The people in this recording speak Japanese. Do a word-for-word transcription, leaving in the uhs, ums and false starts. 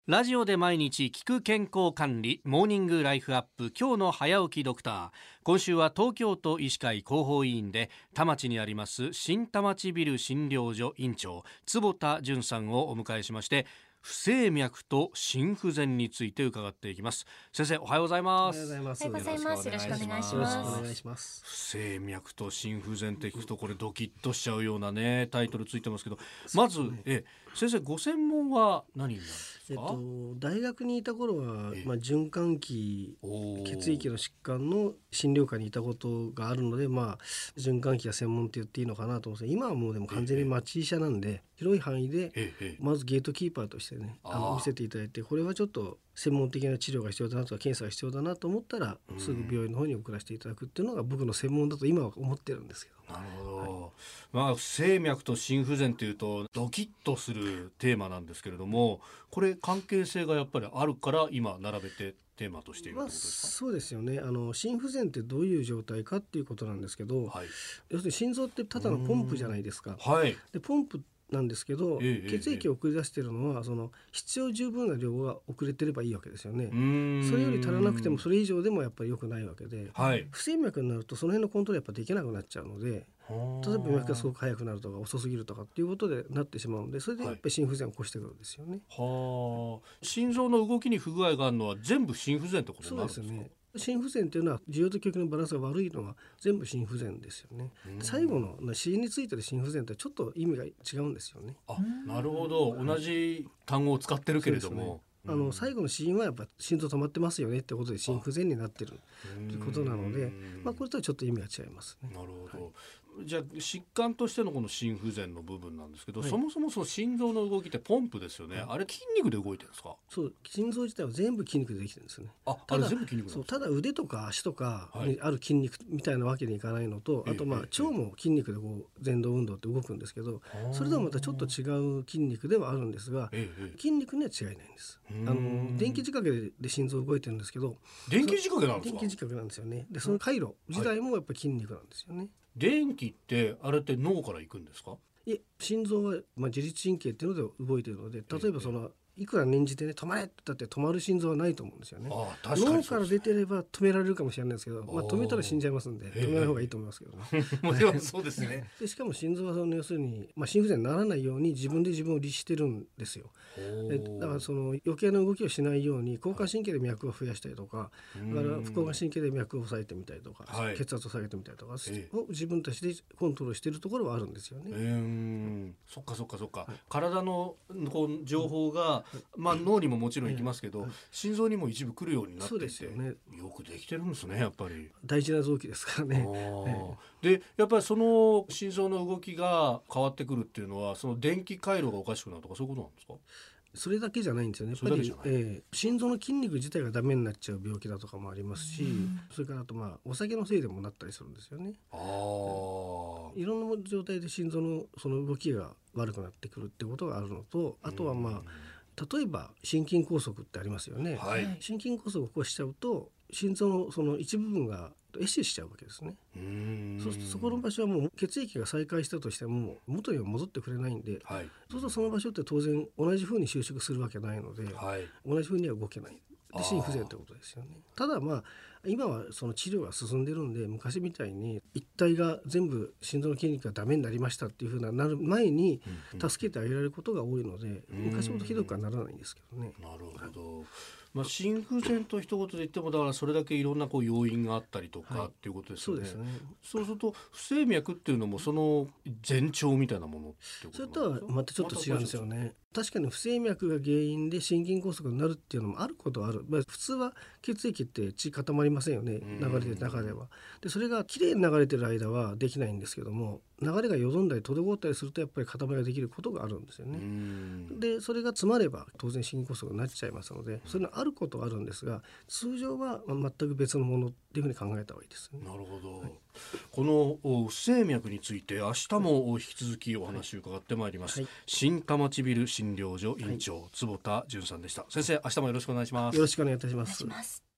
ラジオで毎日聞く健康管理モーニングライフアップ、今日の早起きドクター。今週は東京都医師会広報委員で田町にあります新田町ビル診療所院長坪田純さんをお迎えしまして、不整脈と心不全について伺っていきます。先生、おはようございます。 おはようございます。 よろしくお願いします。 よろしくお願いします。 不整脈と心不全って聞くとこれドキッとしちゃうようなねタイトルついてますけど、まず、ね、え先生ご専門は何になるんですか？ えっと、大学にいた頃は、まあ、循環器血液の疾患の診療科にいたことがあるので、まあ、循環器が専門って言っていいのかなと思うんですが、今はもうでも完全に町医者なんで、広い範囲でまずゲートキーパーとしてね、あの見せていただいて、これはちょっと専門的な治療が必要だなとか検査が必要だなと思ったらすぐ病院の方に送らせていただくっていうのが僕の専門だと今は思ってるんですけど。 なるほど、はい。まあ、不整脈と心不全というとドキッとするテーマなんですけれども、これ関係性がやっぱりあるから今並べてテーマとしているということですか？ まあ、そうですよね。あの心不全ってどういう状態かっていうことなんですけど、はい、要するに心臓ってただのポンプじゃないですか。はい、でポンプなんですけど、ええ、血液を送り出しているのはその必要十分な量が遅れてればいいわけですよね。それより足らなくてもそれ以上でもやっぱり良くないわけで、はい、不整脈になるとその辺のコントロールやっぱできなくなっちゃうので、例えば脈がすごく速くなるとか遅すぎるとかっていうことでなってしまうので、それでやっぱり心不全を起こしてくるんですよね。 はあ、心臓の動きに不具合があるのは全部心不全ってことになるんですか？ そうですね。心不全というのは需要と供給のバランスが悪いのは全部心不全ですよね。最後の死因についてる心不全とはちょっと意味が違うんですよね。 あ、なるほど。同じ単語を使ってるけれども、 あの最後の死因はやっぱ心臓止まってますよねってことで心不全になってるということなので、まあ、これとはちょっと意味が違いますね。 なるほど、はい、じゃあ疾患としてのこの心不全の部分なんですけど、はい、そもそもその心臓の動きってポンプですよね、はい、あれ筋肉で動いてるんですか？ そう、心臓自体は全部筋肉でできてるんですよね。 あ、ただあれ全部筋肉なんですか？そう、 ただ腕とか足とかにある筋肉みたいなわけにいかないのと、はい、あとまあ腸も筋肉でこう前動運動って動くんですけど、それとはまたちょっと違う筋肉ではあるんですが、筋肉には違いないんです。あの電気仕掛けで心臓動いてるんですけど、 電気仕掛けなんですか？ 電気仕掛けなんですよね。でその回路自体もやっぱり筋肉なんですよね。はい、 電気ってあれって脳から行くんですか？ いえ、心臓はまあ自律神経っていうので動いているので、例えばそのいくら念じてね止まれって言ったって止まる心臓はないと思うんですよね。ああ、確かに脳から出てれば止められるかもしれないですけど、まあ、止めたら死んじゃいますんで止めない方がいいと思いますけどね。 もちろんそうですね。 でしかも心臓はその要するに、まあ、心不全にならないように自分で自分を律してるんですよ。でだからその余計な動きをしないように交感神経で脈を増やしたりとか、だから副交感神経で脈を抑えてみたりとか、はい、血圧を下げてみたりとかを自分たちでコントロールしているところはあるんですよね。 えー、そっかそっかそっか、はい、体のこう情報が、まあ、脳にももちろん行きますけど、はい、心臓にも一部来るようになっていて、そうですよね、よくできてるんですね。やっぱり大事な臓器ですからね。 でやっぱりその心臓の動きが変わってくるっていうのはその電気回路がおかしくなるとかそういうことなんですか？ それだけじゃないんですよね。やっぱり、えー、心臓の筋肉自体がダメになっちゃう病気だとかもありますし、それからあとまあお酒のせいでもなったりするんですよね。あ、いろんな状態で心臓のその動きが悪くなってくるってことがあるのと、あとはまあ例えば心筋梗塞ってありますよね。はい、心筋梗塞を起こしちゃうと心臓のその一部分が壊死しちゃうわけですね。うーん、そうするとそこの場所はもう血液が再開したとしても元には戻ってくれないんで、はい、そうするとその場所って当然同じ風に収縮するわけないので、はい、同じ風には動けない。で心不全ってことですよね。ただまあ今はその治療が進んでるんで、昔みたいに一体が全部心臓の筋肉がダメになりましたっていう風ななる前に助けてあげられることが多いので、うんうん、昔ほどひどくはならないんですけどね。 なるほど、はい、まあ、心不全と一言で言ってもだからそれだけいろんなこう要因があったりとか、はい、っていうことですよね。そうですね。そうすると不整脈っていうのもその前兆みたいなものってことなんですか？ それとはまたちょっと違うんですよね。確かに不整脈が原因で心筋梗塞になるっていうのもあることはある。まあ、普通は血液って血固まりませんよね、流れてる中では。でそれがきれいに流れてる間はできないんですけども、流れがよどんだり滞ったりするとやっぱり固まりができることがあるんですよね。でそれが詰まれば当然心筋梗塞になっちゃいますので、それのあることはあるんですが、通常は全く別のものっていうふうに考えた方がいいですね。 なるほど、はい、この不整脈について明日も引き続きお話を伺ってまいります。はい、新田町ビル診療所院長、はい、坪田純さんでした。先生、明日もよろしくお願いします。 よろしくお願いいたします。